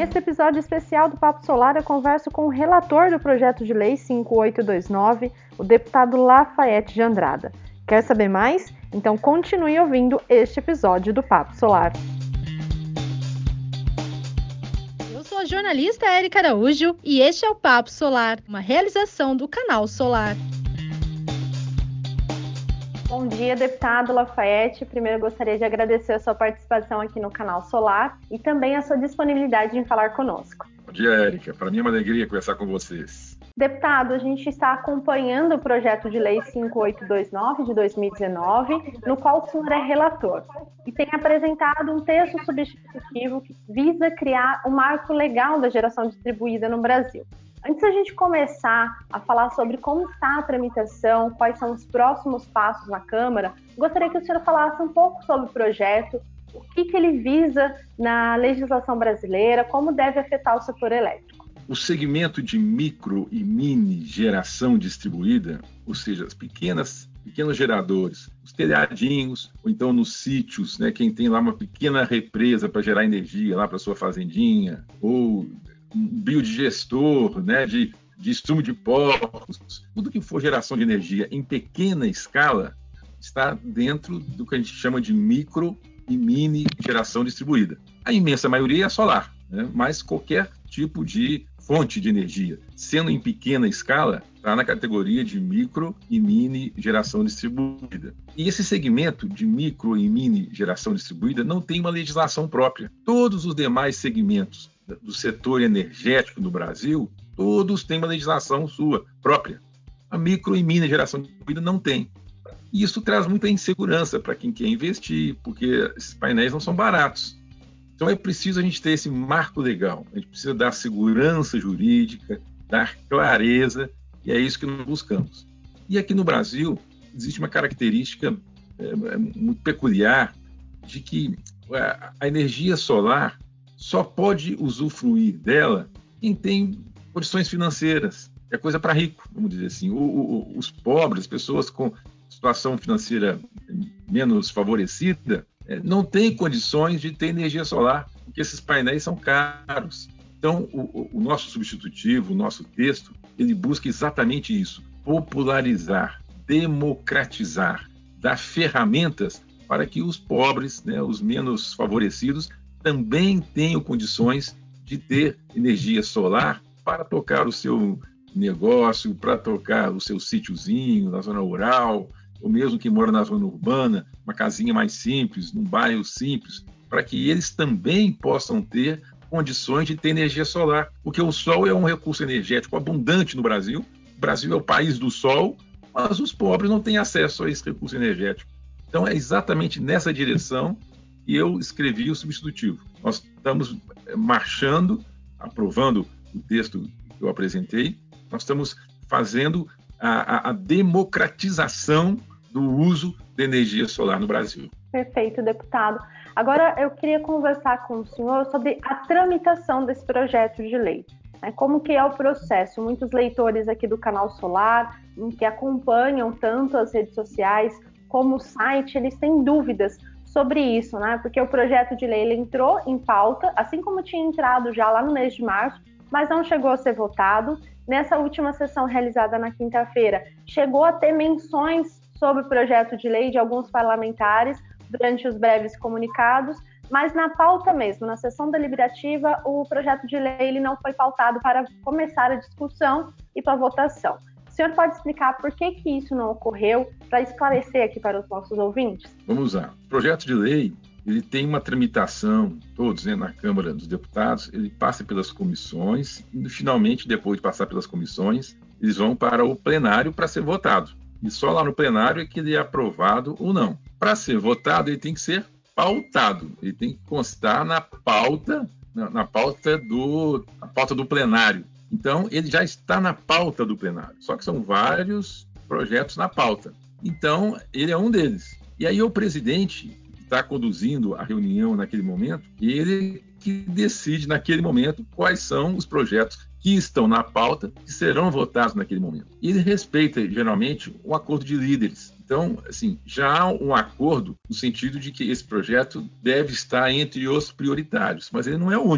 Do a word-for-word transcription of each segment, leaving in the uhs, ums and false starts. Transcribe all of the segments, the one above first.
Neste episódio especial do Papo Solar, eu converso com o relator do projeto de lei cinco mil oitocentos e vinte e nove, o deputado Lafayette de Andrada. Quer saber mais? Então continue ouvindo este episódio do Papo Solar. Eu sou a jornalista Érica Araújo e este é o Papo Solar, uma realização do Canal Solar. Bom dia, deputado Lafayette. Primeiro, gostaria de agradecer a sua participação aqui no Canal Solar e também a sua disponibilidade em falar conosco. Bom dia, Érica. Para mim é uma alegria conversar com vocês. Deputado, a gente está acompanhando o projeto de lei cinco mil oitocentos e vinte e nove de dois mil e dezenove, no qual o senhor é relator, e tem apresentado um texto substitutivo que visa criar um marco legal da geração distribuída no Brasil. Antes da gente começar a falar sobre como está a tramitação, quais são os próximos passos na Câmara, gostaria que o senhor falasse um pouco sobre o projeto, o que, que ele visa na legislação brasileira, como deve afetar o setor elétrico. O segmento de micro e mini geração distribuída, ou seja, as pequenas, pequenos geradores, os telhadinhos, ou então nos sítios, né, quem tem lá uma pequena represa para gerar energia lá para sua fazendinha, ou um biodigestor, né, de, de estrumo de porcos, tudo que for geração de energia em pequena escala está dentro do que a gente chama de micro e mini geração distribuída. A imensa maioria é solar, né, mas qualquer tipo de fonte de energia, sendo em pequena escala, está na categoria de micro e mini geração distribuída. E esse segmento de micro e mini geração distribuída não tem uma legislação própria. Todos os demais segmentos do setor energético no Brasil, todos têm uma legislação sua própria. A micro e mini geração distribuída não tem. E isso traz muita insegurança para quem quer investir, porque esses painéis não são baratos. Então é preciso a gente ter esse marco legal, a gente precisa dar segurança jurídica, dar clareza, e é isso que nós buscamos. E aqui no Brasil existe uma característica é, muito peculiar de que a energia solar só pode usufruir dela quem tem condições financeiras. É coisa para rico, vamos dizer assim. O, o, os pobres, pessoas com situação financeira menos favorecida, não têm condições de ter energia solar, porque esses painéis são caros. Então, o, o nosso substitutivo, o nosso texto, ele busca exatamente isso: popularizar, democratizar, dar ferramentas para que os pobres, né, os menos favorecidos, também tenham condições de ter energia solar para tocar o seu negócio, para tocar o seu sítiozinho na zona rural, ou mesmo quem mora na zona urbana, uma casinha mais simples, num bairro simples, para que eles também possam ter condições de ter energia solar, porque o sol é um recurso energético abundante no Brasil. O Brasil é o país do sol, mas os pobres não têm acesso a esse recurso energético. Então é exatamente nessa direção que eu escrevi o substitutivo. Nós estamos marchando, aprovando o texto que eu apresentei, nós estamos fazendo a, a, a democratização do uso de energia solar no Brasil. Perfeito, deputado. Agora eu queria conversar com o senhor sobre a tramitação desse projeto de lei. Como que é o processo? Muitos leitores aqui do Canal Solar, que acompanham tanto as redes sociais como o site, eles têm dúvidas sobre isso, né? Porque o projeto de lei ele entrou em pauta, assim como tinha entrado já lá no mês de março, mas não chegou a ser votado. Nessa última sessão realizada na quinta-feira, chegou a ter menções sobre o projeto de lei de alguns parlamentares durante os breves comunicados, mas na pauta mesmo, na sessão deliberativa, o projeto de lei ele não foi pautado para começar a discussão e para a votação. O senhor pode explicar por que, que isso não ocorreu, para esclarecer aqui para os nossos ouvintes? Vamos lá. O projeto de lei ele tem uma tramitação, todos, né, na Câmara dos Deputados, ele passa pelas comissões e, finalmente, depois de passar pelas comissões, eles vão para o plenário para ser votado. E só lá no plenário é que ele é aprovado ou não. Para ser votado, ele tem que ser pautado, ele tem que constar na pauta, na, na pauta do, na pauta do plenário. Então, ele já está na pauta do plenário, só que são vários projetos na pauta. Então, ele é um deles. E aí o presidente está conduzindo a reunião naquele momento, ele que decide naquele momento quais são os projetos que estão na pauta que serão votados naquele momento. E ele respeita, geralmente, um acordo de líderes. Então, assim, já há um acordo no sentido de que esse projeto deve estar entre os prioritários, mas ele não é o único.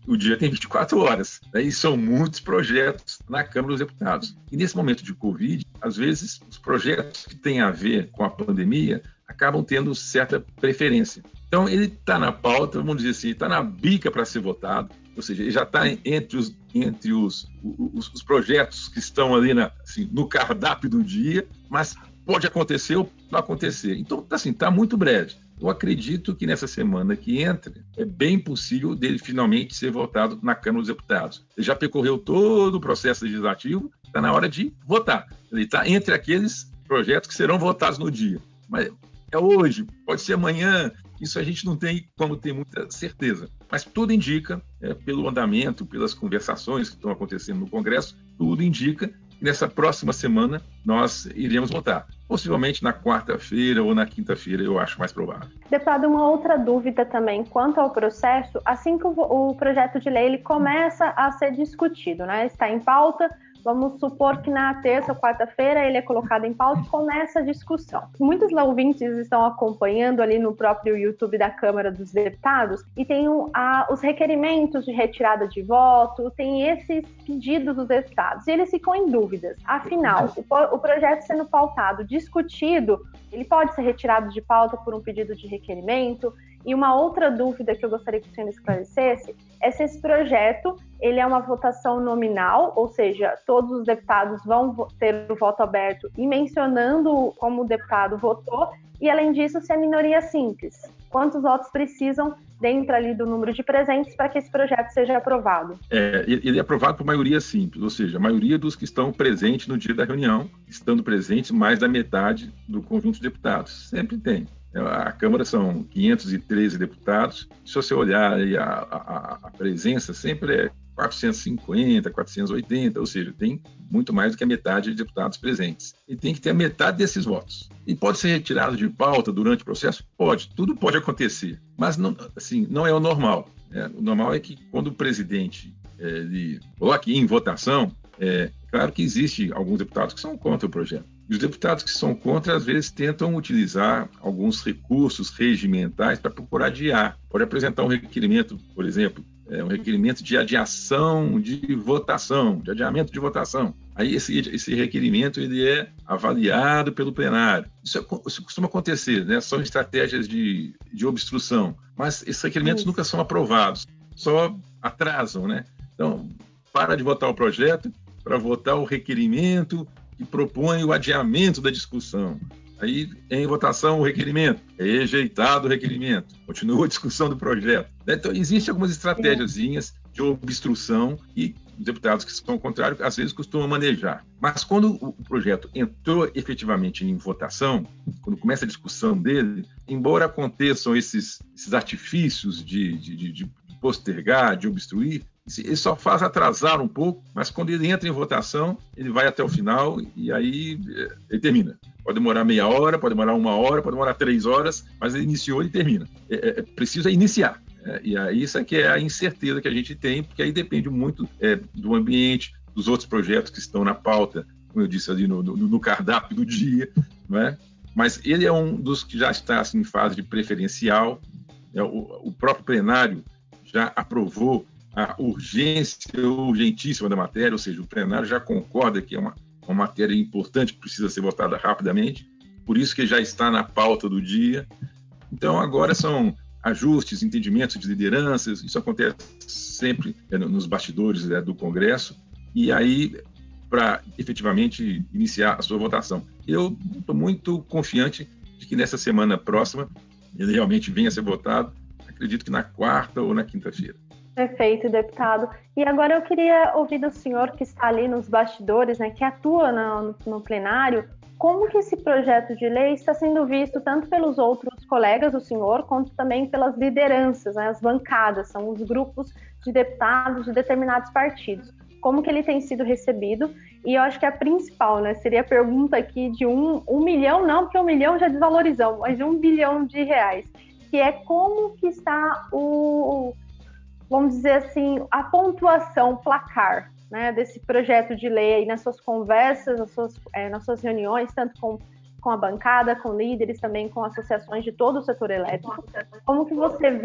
o dia tem vinte e quatro horas, né? E são muitos projetos na Câmara dos Deputados. E nesse momento de Covid, às vezes, os projetos que têm a ver com a pandemia acabam tendo certa preferência. Então, ele está na pauta, vamos dizer assim, está na bica para ser votado, ou seja, ele já está entre, os, entre os, os, os projetos que estão ali na, assim, no cardápio do dia, mas pode acontecer ou não acontecer. Então, assim, está muito breve. Eu acredito que nessa semana que entra, é bem possível dele finalmente ser votado na Câmara dos Deputados. Ele já percorreu todo o processo legislativo, está na hora de votar. Ele está entre aqueles projetos que serão votados no dia. Mas é hoje, pode ser amanhã, isso a gente não tem como ter muita certeza. Mas tudo indica, é, pelo andamento, pelas conversações que estão acontecendo no Congresso, tudo indica que nessa próxima semana nós iremos votar. Possivelmente na quarta-feira ou na quinta-feira, eu acho mais provável. Deputado, uma outra dúvida também quanto ao processo, assim que o, o projeto de lei ele começa a ser discutido, né? Está em pauta, vamos supor que na terça ou quarta-feira ele é colocado em pauta e começa a discussão. Muitos ouvintes estão acompanhando ali no próprio YouTube da Câmara dos Deputados e tem o, a, os requerimentos de retirada de voto, tem esses pedidos dos deputados e eles ficam em dúvidas. Afinal, o, o projeto sendo pautado, discutido, ele pode ser retirado de pauta por um pedido de requerimento? E uma outra dúvida que eu gostaria que o senhor esclarecesse é se esse projeto ele é uma votação nominal, ou seja, todos os deputados vão ter o voto aberto e mencionando como o deputado votou, e além disso, se é minoria simples. Quantos votos precisam dentro ali do número de presentes para que esse projeto seja aprovado? É, ele é aprovado por maioria simples, ou seja, a maioria dos que estão presentes no dia da reunião, estando presentes mais da metade do conjunto de deputados. Sempre tem. A Câmara são quinhentos e treze deputados. Se você olhar aí a, a, a presença, sempre é quatrocentos e cinquenta, quatrocentos e oitenta, ou seja, tem muito mais do que a metade de deputados presentes. E tem que ter a metade desses votos. E pode ser retirado de pauta durante o processo? Pode, tudo pode acontecer. Mas não, assim, não é o normal. Né? O normal é que quando o presidente é, ele coloque em votação, é claro que existe alguns deputados que são contra o projeto. E os deputados que são contra, às vezes, tentam utilizar alguns recursos regimentais para procurar adiar. Pode apresentar um requerimento, por exemplo, é, um requerimento de adiação de votação, de adiamento de votação. Aí esse, esse requerimento ele é avaliado pelo plenário. Isso, isso costuma acontecer, né? São estratégias de, de obstrução, mas esses requerimentos isso. nunca são aprovados, só atrasam, né? Então, para de votar o projeto para votar o requerimento que propõe o adiamento da discussão. Aí, em votação, o requerimento. É rejeitado o requerimento. Continua a discussão do projeto. Então, existem algumas estratégiazinhas de obstrução que os deputados que são contrários, às vezes, costumam manejar. Mas quando o projeto entrou efetivamente em votação, quando começa a discussão dele, embora aconteçam esses, esses artifícios de, de, de, de postergar, de obstruir, ele só faz atrasar um pouco, mas quando ele entra em votação, ele vai até o final e aí ele termina. Pode demorar meia hora, pode demorar uma hora, pode demorar três horas, mas ele iniciou e termina. É, é, precisa iniciar. É, e aí isso aqui é a incerteza que a gente tem, porque aí depende muito é, do ambiente, dos outros projetos que estão na pauta, como eu disse ali no, no, no cardápio do dia, não é? Mas ele é um dos que já está assim, em fase de preferencial. É, o, o próprio plenário já aprovou a urgência urgentíssima da matéria, ou seja, o plenário já concorda que é uma, uma matéria importante que precisa ser votada rapidamente, por isso que já está na pauta do dia. Então, agora são ajustes, entendimentos de lideranças, isso acontece sempre é, nos bastidores é, do Congresso, e aí, para efetivamente iniciar a sua votação. Eu estou muito confiante de que nessa semana próxima ele realmente venha a ser votado, acredito que na quarta ou na quinta-feira. Perfeito, deputado. E agora eu queria ouvir do senhor que está ali nos bastidores, né, que atua no, no plenário, como que esse projeto de lei está sendo visto tanto pelos outros colegas do senhor, quanto também pelas lideranças, né, as bancadas, são os grupos de deputados de determinados partidos. Como que ele tem sido recebido? E eu acho que a principal, né, seria a pergunta aqui de um, um milhão, não, porque um milhão já desvalorizamos, mas de um bilhão de reais, que é como que está o... vamos dizer assim, a pontuação, placar, né, desse projeto de lei nas suas conversas, nas suas, é, nas suas reuniões, tanto com, com a bancada, com líderes, também com associações de todo o setor elétrico. Como que você vê aí esse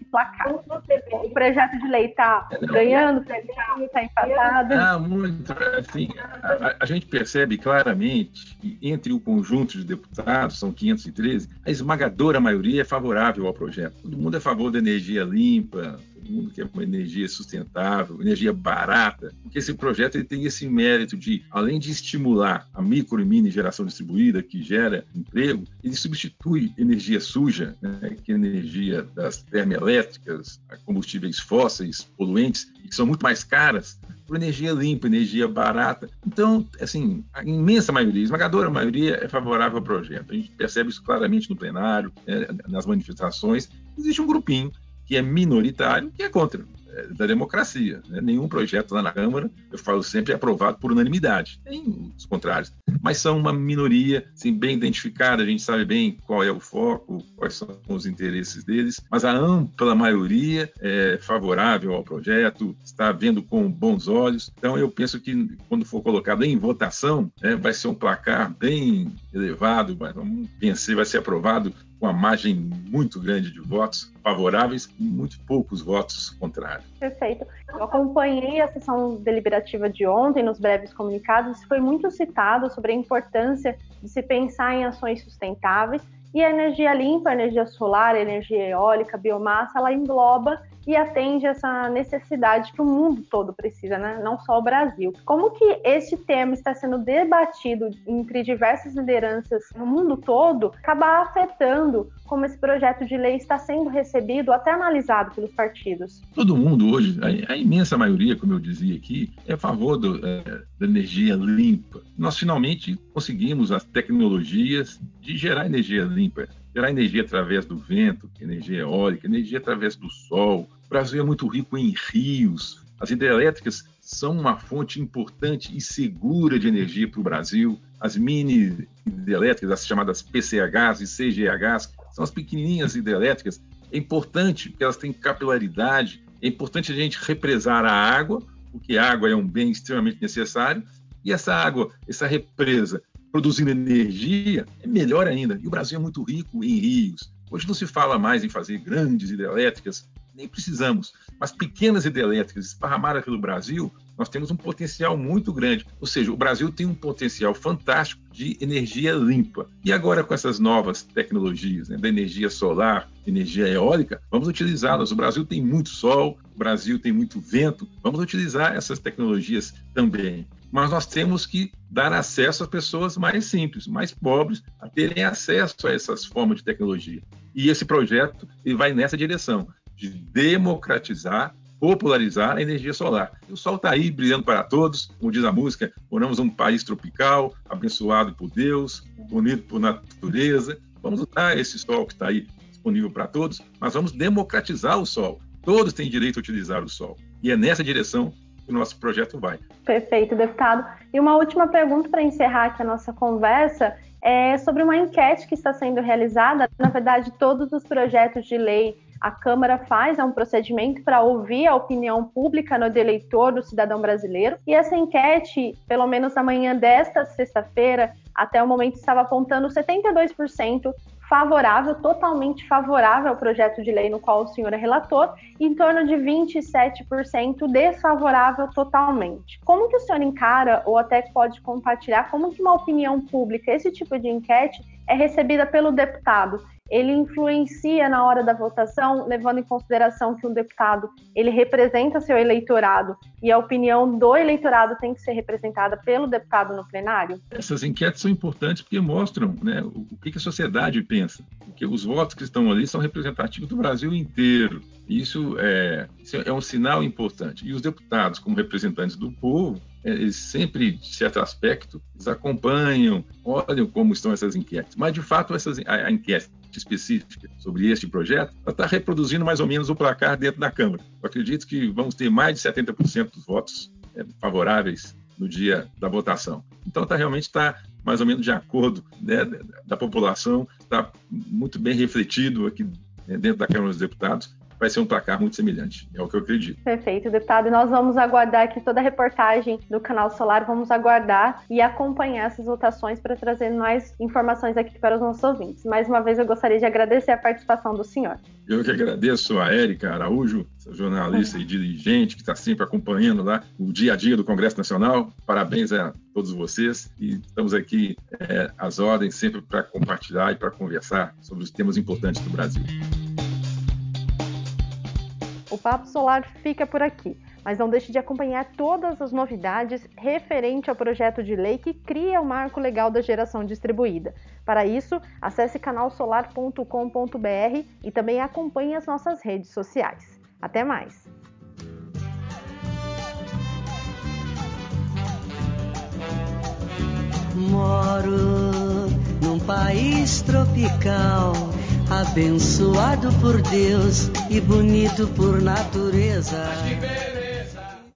placar. O projeto de lei está ganhando, está empatado? Ah, muito. Assim, a, a gente percebe claramente que entre o conjunto de deputados, são quinhentos e treze, a esmagadora maioria é favorável ao projeto. Todo mundo é a favor da energia limpa, todo mundo quer uma energia sustentável, energia barata, porque esse projeto ele tem esse mérito de, além de estimular a micro e mini geração distribuída, que gera emprego, ele substitui energia suja, né, que é a energia das termoelétricas, combustíveis fósseis, poluentes, e que são muito mais caras, por energia limpa, energia barata. Então, assim, a imensa maioria, a esmagadora maioria é favorável ao projeto. A gente percebe isso claramente no plenário, né, nas manifestações. Existe um grupinho que é minoritário, que é contra, é, da democracia. Né? Nenhum projeto lá na Câmara, eu falo sempre, é aprovado por unanimidade. Tem os contrários. Mas são uma minoria, assim, bem identificada, a gente sabe bem qual é o foco, quais são os interesses deles, mas a ampla maioria é favorável ao projeto, está vendo com bons olhos. Então, eu penso que, quando for colocado em votação, é, vai ser um placar bem elevado, vai, vamos vencer, vai ser aprovado com uma margem muito grande de votos favoráveis e muito poucos votos contrários. Perfeito. Eu acompanhei a sessão deliberativa de ontem, nos breves comunicados, foi muito citado sobre a importância de se pensar em ações sustentáveis, e a energia limpa, a energia solar, a energia eólica, a biomassa, ela engloba e atende essa necessidade que o mundo todo precisa, né? Não só o Brasil. Como que este tema está sendo debatido entre diversas lideranças no mundo todo, acaba afetando como esse projeto de lei está sendo recebido, até analisado pelos partidos? Todo mundo hoje, a, a imensa maioria, como eu dizia aqui, é a favor do, é, da energia limpa. Nós finalmente conseguimos as tecnologias de gerar energia limpa, gerar energia através do vento, energia eólica, energia através do sol. O Brasil é muito rico em rios. As hidrelétricas são uma fonte importante e segura de energia para o Brasil. As mini hidrelétricas, as chamadas P C Hs e C G Hs, são as pequenininhas hidrelétricas. É importante porque elas têm capilaridade. É importante a gente represar a água, porque a água é um bem extremamente necessário. E essa água, essa represa, produzindo energia, é melhor ainda. E o Brasil é muito rico em rios. Hoje não se fala mais em fazer grandes hidrelétricas, nem precisamos. Mas pequenas hidrelétricas esparramadas pelo Brasil, nós temos um potencial muito grande. Ou seja, o Brasil tem um potencial fantástico de energia limpa. E agora, com essas novas tecnologias, né, da energia solar, energia eólica, vamos utilizá-las. O Brasil tem muito sol, o Brasil tem muito vento, vamos utilizar essas tecnologias também. Mas nós temos que dar acesso às pessoas mais simples, mais pobres, a terem acesso a essas formas de tecnologia. E esse projeto ele vai nessa direção, de democratizar, popularizar a energia solar. E o sol está aí brilhando para todos, como diz a música, moramos num país tropical, abençoado por Deus, bonito por natureza. Vamos usar esse sol que está aí disponível para todos, mas vamos democratizar o sol. Todos têm direito a utilizar o sol. E é nessa direção que o nosso projeto vai. Perfeito, deputado. E uma última pergunta para encerrar aqui a nossa conversa é sobre uma enquete que está sendo realizada. Na verdade, todos os projetos de lei a Câmara faz, é um procedimento para ouvir a opinião pública no eleitor, do cidadão brasileiro. E essa enquete, pelo menos na manhã desta sexta-feira, até o momento estava apontando setenta e dois por cento favorável, totalmente favorável ao projeto de lei no qual o senhor é relator, e em torno de vinte e sete por cento desfavorável totalmente. Como que o senhor encara, ou até pode compartilhar, como que uma opinião pública, esse tipo de enquete, é recebida pelo deputado? Ele influencia na hora da votação, levando em consideração que um deputado ele representa seu eleitorado e a opinião do eleitorado tem que ser representada pelo deputado no plenário? Essas enquetes são importantes porque mostram, né, o, o que a sociedade pensa. Porque os votos que estão ali são representativos do Brasil inteiro. Isso é, isso é um sinal importante. E os deputados, como representantes do povo, eles sempre, de certo aspecto, eles acompanham, olham como estão essas enquetes. Mas, de fato, essas, a, a enquete específica sobre este projeto, ela está reproduzindo mais ou menos o placar dentro da Câmara. Eu acredito que vamos ter mais de setenta por cento dos votos é, favoráveis no dia da votação. Então, tá, realmente está mais ou menos de acordo, né, da população, está muito bem refletido aqui, né, dentro da Câmara dos Deputados, vai ser um placar muito semelhante, é o que eu acredito. Perfeito, deputado. E nós vamos aguardar aqui toda a reportagem do Canal Solar, vamos aguardar e acompanhar essas votações para trazer mais informações aqui para os nossos ouvintes. Mais uma vez, eu gostaria de agradecer a participação do senhor. Eu que agradeço a Érica Araújo, essa jornalista e dirigente que está sempre acompanhando lá o dia a dia do Congresso Nacional. Parabéns a todos vocês e estamos aqui é, às ordens sempre para compartilhar e para conversar sobre os temas importantes do Brasil. O Papo Solar fica por aqui, mas não deixe de acompanhar todas as novidades referente ao projeto de lei que cria o marco legal da geração distribuída. Para isso, acesse canal solar ponto com ponto b r e também acompanhe as nossas redes sociais. Até mais! Moro num país tropical, abençoado por Deus e bonito por natureza.